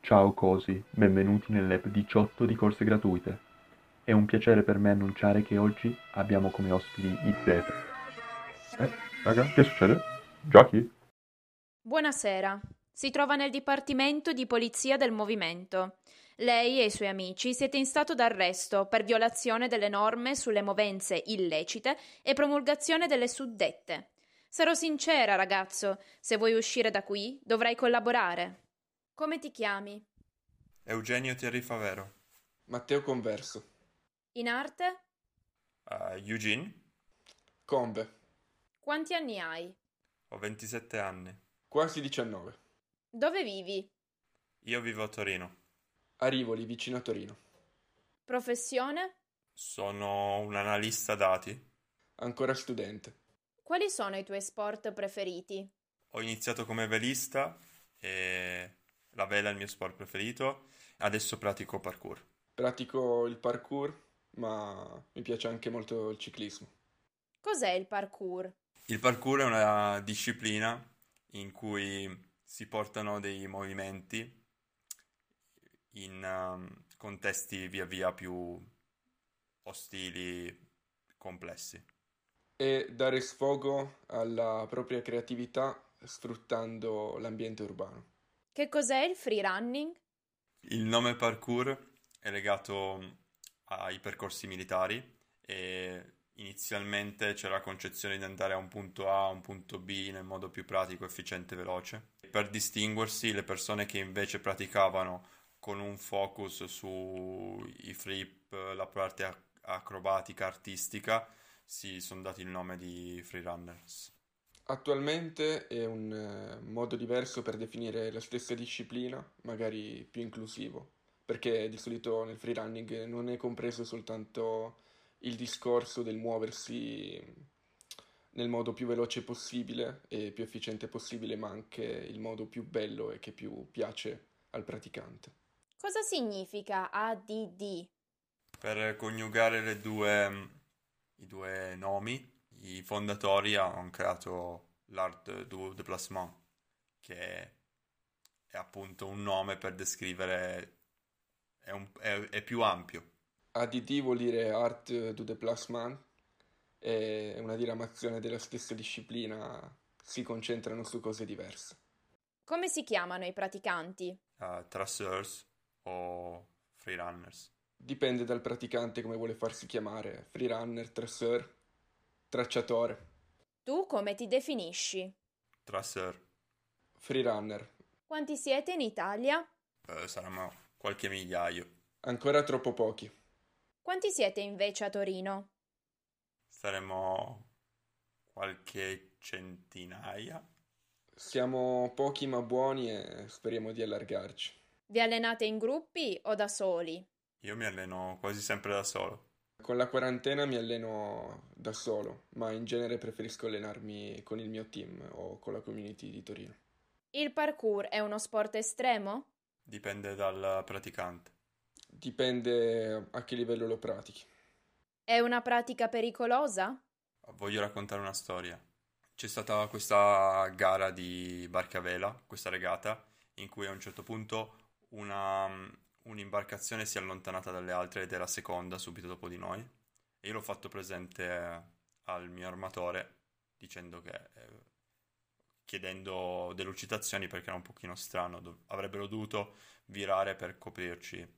Ciao cosi, benvenuti nell'app 18 di corse gratuite. È un piacere per me annunciare che oggi abbiamo come ospiti i Zeta. Raga, che succede? Giochi? Buonasera. Si trova nel Dipartimento di Polizia del Movimento. Lei e i suoi amici siete in stato d'arresto per violazione delle norme sulle movenze illecite e promulgazione delle suddette. Sarò sincera, ragazzo, se vuoi uscire da qui dovrai collaborare. Come ti chiami? Eugenio Thierry Favero. Matteo Converso. In arte? Eugene? Conve. Quanti anni hai? Ho 27 anni. Quasi 19. Dove vivi? Io vivo a Torino. A Rivoli, vicino a Torino. Professione? Sono un analista dati. Ancora studente. Quali sono i tuoi sport preferiti? Ho iniziato come velista e la vela è il mio sport preferito. Adesso pratico parkour. Pratico il parkour, ma mi piace anche molto il ciclismo. Cos'è il parkour? Il parkour è una disciplina in cui si portano dei movimenti in contesti via via più ostili, complessi. E dare sfogo alla propria creatività sfruttando l'ambiente urbano. Che cos'è il free running? Il nome parkour è legato ai percorsi militari e inizialmente c'era la concezione di andare a un punto A, a un punto B nel modo più pratico, efficiente e veloce. Per distinguersi, le persone che invece praticavano con un focus sui flip, la parte acrobatica, artistica, si sono dati il nome di freerunners. Attualmente è un modo diverso per definire la stessa disciplina, magari più inclusivo, perché di solito nel freerunning non è compreso soltanto il discorso del muoversi nel modo più veloce possibile e più efficiente possibile, ma anche il modo più bello e che più piace al praticante. Cosa significa ADD? Per coniugare i due nomi, i fondatori hanno creato l'Art du Déplacement, che è appunto un nome per descrivere, è più ampio. ADD vuol dire Art du Déplacement, è una diramazione della stessa disciplina, si concentrano su cose diverse. Come si chiamano i praticanti? Traceurs o freerunners. Dipende dal praticante come vuole farsi chiamare, freerunner, traceur, tracciatore, Tu come ti definisci? Traceur. freerunner. Quanti siete in Italia? Saranno qualche migliaio. Ancora troppo pochi. Quanti siete invece a Torino? Saremo qualche centinaia. Siamo pochi ma buoni e speriamo di allargarci. Vi allenate in gruppi o da soli? Io mi alleno quasi sempre da solo. Con la quarantena mi alleno da solo, ma in genere preferisco allenarmi con il mio team o con la community di Torino. Il parkour è uno sport estremo? Dipende dal praticante. Dipende a che livello lo pratichi. È una pratica pericolosa? Voglio raccontare una storia. C'è stata questa gara di barca a vela, questa regata, in cui a un certo punto un'imbarcazione si è allontanata dalle altre ed era seconda subito dopo di noi. E io l'ho fatto presente al mio armatore dicendo chiedendo delucidazioni perché era un pochino strano. Avrebbero dovuto virare per coprirci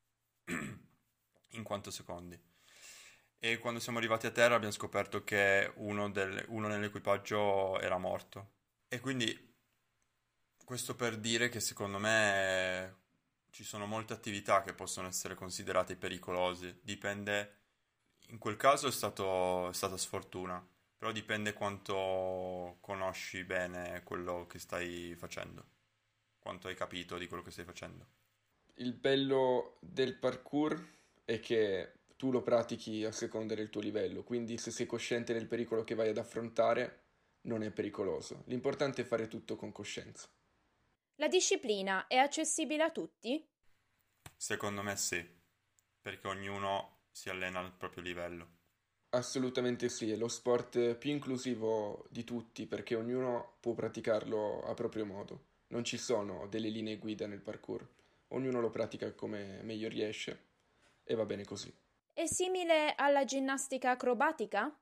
in quanto secondi. E quando siamo arrivati a terra abbiamo scoperto che uno nell'equipaggio era morto. E quindi questo per dire che secondo me ci sono molte attività che possono essere considerate pericolose. Dipende, in quel caso è stata sfortuna, però dipende quanto conosci bene quello che stai facendo, quanto hai capito di quello che stai facendo. Il bello del parkour è che tu lo pratichi a seconda del tuo livello, quindi se sei cosciente del pericolo che vai ad affrontare, non è pericoloso. L'importante è fare tutto con coscienza. La disciplina è accessibile a tutti? Secondo me sì, perché ognuno si allena al proprio livello. Assolutamente sì, è lo sport più inclusivo di tutti perché ognuno può praticarlo a proprio modo. Non ci sono delle linee guida nel parkour. ognuno lo pratica come meglio riesce e va bene così. È simile alla ginnastica acrobatica?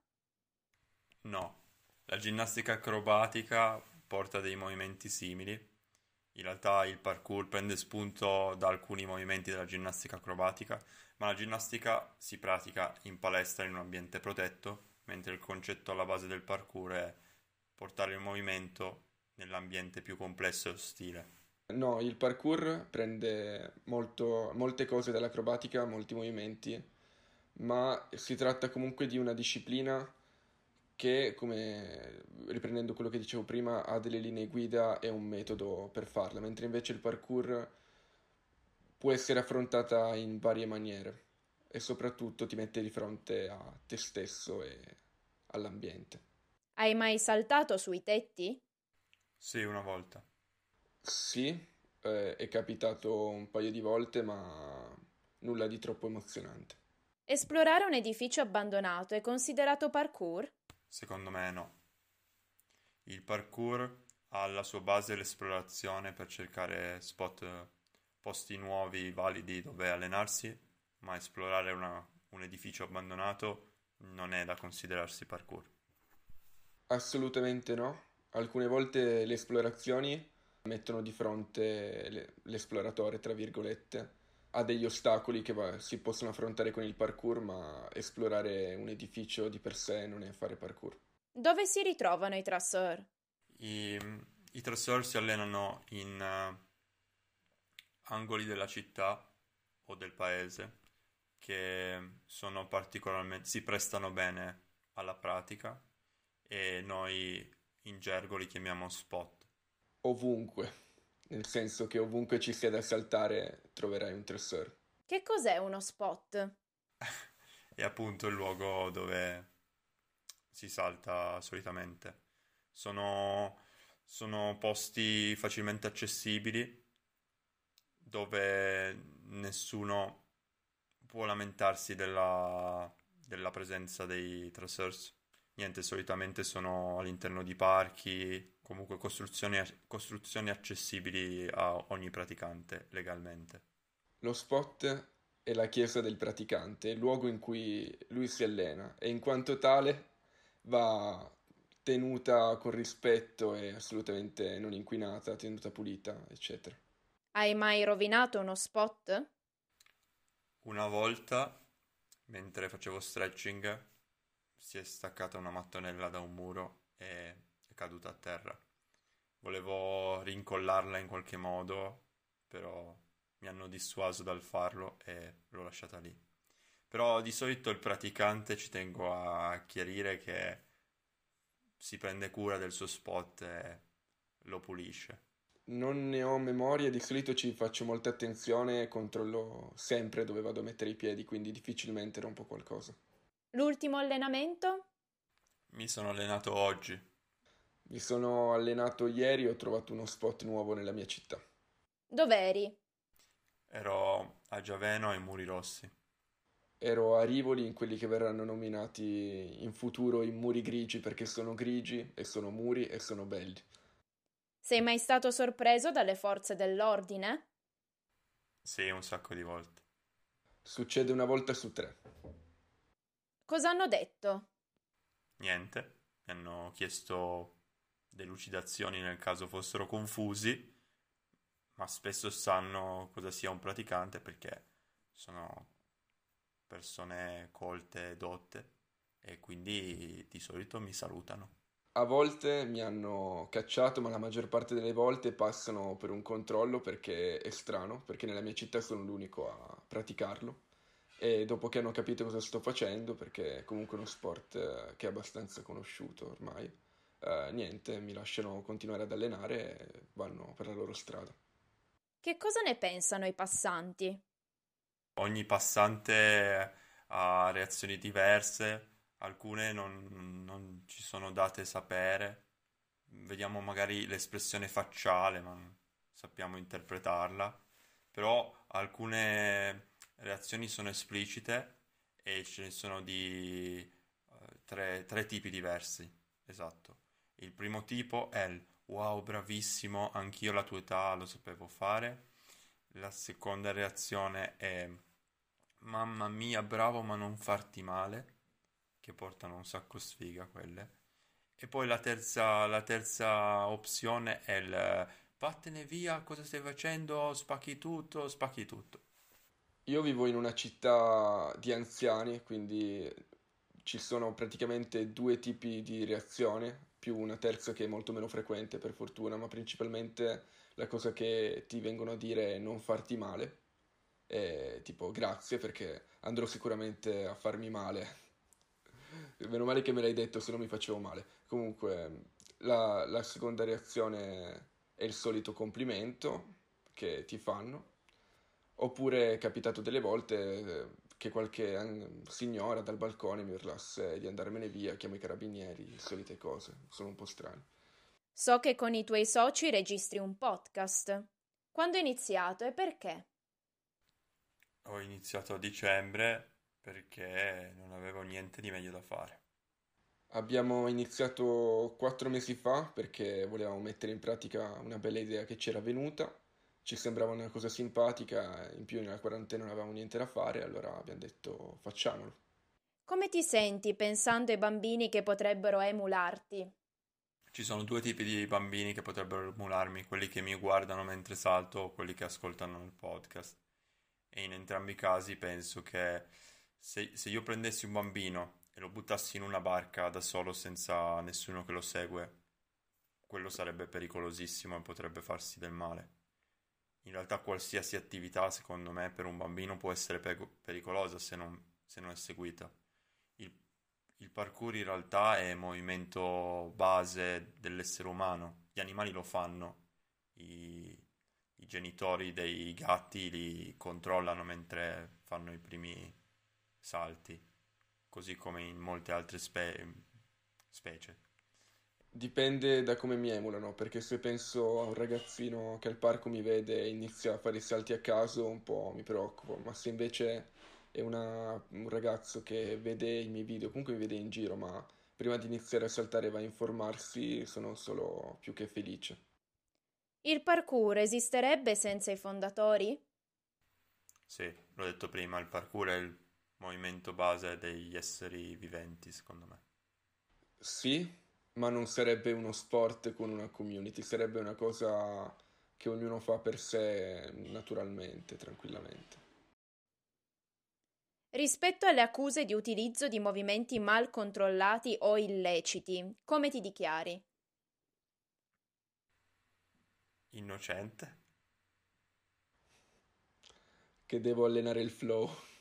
No, la ginnastica acrobatica porta dei movimenti simili. In realtà il parkour prende spunto da alcuni movimenti della ginnastica acrobatica, ma la ginnastica si pratica in palestra in un ambiente protetto, mentre il concetto alla base del parkour è portare il movimento nell'ambiente più complesso e ostile. No, il parkour prende molte cose dall'acrobatica, molti movimenti, ma si tratta comunque di una disciplina che, come riprendendo quello che dicevo prima, ha delle linee guida e un metodo per farla, mentre invece il parkour può essere affrontata in varie maniere e soprattutto ti mette di fronte a te stesso e all'ambiente. Hai mai saltato sui tetti? Sì, una volta. Sì, è capitato un paio di volte, ma nulla di troppo emozionante. Esplorare un edificio abbandonato è considerato parkour? Secondo me no. Il parkour ha alla sua base l'esplorazione per cercare posti nuovi, validi dove allenarsi, ma esplorare un edificio abbandonato non è da considerarsi parkour. Assolutamente no. Alcune volte le esplorazioni mettono di fronte l'esploratore, tra virgolette, a degli ostacoli che si possono affrontare con il parkour, ma esplorare un edificio di per sé non è fare parkour. Dove si ritrovano i trasseur? I, i trasseur si allenano in angoli della città o del paese che sono si prestano bene alla pratica e noi in gergo li chiamiamo spot. Ovunque, nel senso che ovunque ci sia da saltare troverai un trasseur. Che cos'è uno spot? È appunto il luogo dove si salta solitamente. Sono posti facilmente accessibili dove nessuno può lamentarsi della presenza dei trasseurs. Niente, solitamente sono all'interno di parchi, comunque costruzioni accessibili a ogni praticante legalmente. Lo spot è la chiesa del praticante, il luogo in cui lui si allena e in quanto tale va tenuta con rispetto e assolutamente non inquinata, tenuta pulita, eccetera. Hai mai rovinato uno spot? Una volta, mentre facevo stretching, si è staccata una mattonella da un muro e è caduta a terra. Volevo rincollarla in qualche modo, però mi hanno dissuaso dal farlo e l'ho lasciata lì. Però di solito il praticante, ci tengo a chiarire, che si prende cura del suo spot e lo pulisce. Non ne ho memoria, di solito ci faccio molta attenzione e controllo sempre dove vado a mettere i piedi, quindi difficilmente rompo qualcosa. L'ultimo allenamento? Mi sono allenato oggi. Mi sono allenato ieri e ho trovato uno spot nuovo nella mia città. Dov'eri? Ero a Giaveno ai Muri Rossi. Ero a Rivoli, in quelli che verranno nominati in futuro i muri grigi, perché sono grigi e sono muri e sono belli. Sei mai stato sorpreso dalle forze dell'ordine? Sì, un sacco di volte. Succede una volta su 3. Cosa hanno detto? Niente, mi hanno chiesto delucidazioni nel caso fossero confusi, ma spesso sanno cosa sia un praticante perché sono persone colte e dotte e quindi di solito mi salutano. A volte mi hanno cacciato, ma la maggior parte delle volte passano per un controllo perché è strano, perché nella mia città sono l'unico a praticarlo. E dopo che hanno capito cosa sto facendo, perché è comunque uno sport che è abbastanza conosciuto ormai, niente, mi lasciano continuare ad allenare e vanno per la loro strada. Che cosa ne pensano i passanti? Ogni passante ha reazioni diverse, alcune non ci sono date sapere. Vediamo magari l'espressione facciale, ma non sappiamo interpretarla. Però alcune reazioni sono esplicite e ce ne sono di tre tipi diversi. Esatto. Il primo tipo è il wow, bravissimo, anch'io alla tua età lo sapevo fare. La seconda reazione è mamma mia, bravo ma non farti male, che portano un sacco sfiga quelle. E poi la terza opzione è il vattene via, cosa stai facendo? Spacchi tutto, spacchi tutto. Io vivo in una città di anziani, quindi ci sono praticamente due tipi di reazione, più una terza che è molto meno frequente per fortuna, ma principalmente la cosa che ti vengono a dire è non farti male, e tipo grazie perché andrò sicuramente a farmi male. Meno male che me l'hai detto, se no mi facevo male. Comunque, la seconda reazione è il solito complimento che ti fanno. Oppure è capitato delle volte che qualche signora dal balcone mi urlasse di andarmene via, chiamo i carabinieri, solite cose, sono un po' strane. So che con i tuoi soci registri un podcast. Quando è iniziato e perché? Ho iniziato a dicembre perché non avevo niente di meglio da fare. Abbiamo iniziato 4 mesi fa perché volevamo mettere in pratica una bella idea che ci era venuta, ci sembrava una cosa simpatica, in più nella quarantena non avevamo niente da fare, allora abbiamo detto facciamolo. Come ti senti pensando ai bambini che potrebbero emularti? Ci sono due tipi di bambini che potrebbero emularmi, quelli che mi guardano mentre salto o quelli che ascoltano il podcast. E in entrambi i casi penso che se io prendessi un bambino e lo buttassi in una barca da solo senza nessuno che lo segue, quello sarebbe pericolosissimo e potrebbe farsi del male. In realtà qualsiasi attività, secondo me, per un bambino può essere pericolosa se non è seguita. Il, il parkour in realtà è movimento base dell'essere umano. Gli animali lo fanno, i, i genitori dei gatti li controllano mentre fanno i primi salti, così come in molte altre specie. Dipende da come mi emulano, perché se penso a un ragazzino che al parco mi vede e inizia a fare i salti a caso, un po' mi preoccupo, ma se invece è un ragazzo che vede i miei video, comunque mi vede in giro, ma prima di iniziare a saltare va a informarsi, sono solo più che felice. Il parkour esisterebbe senza i fondatori? Sì, l'ho detto prima, il parkour è il movimento base degli esseri viventi, secondo me. Sì, ma non sarebbe uno sport con una community, sarebbe una cosa che ognuno fa per sé naturalmente, tranquillamente. Rispetto alle accuse di utilizzo di movimenti mal controllati o illeciti, come ti dichiari? Innocente? Che devo allenare il flow.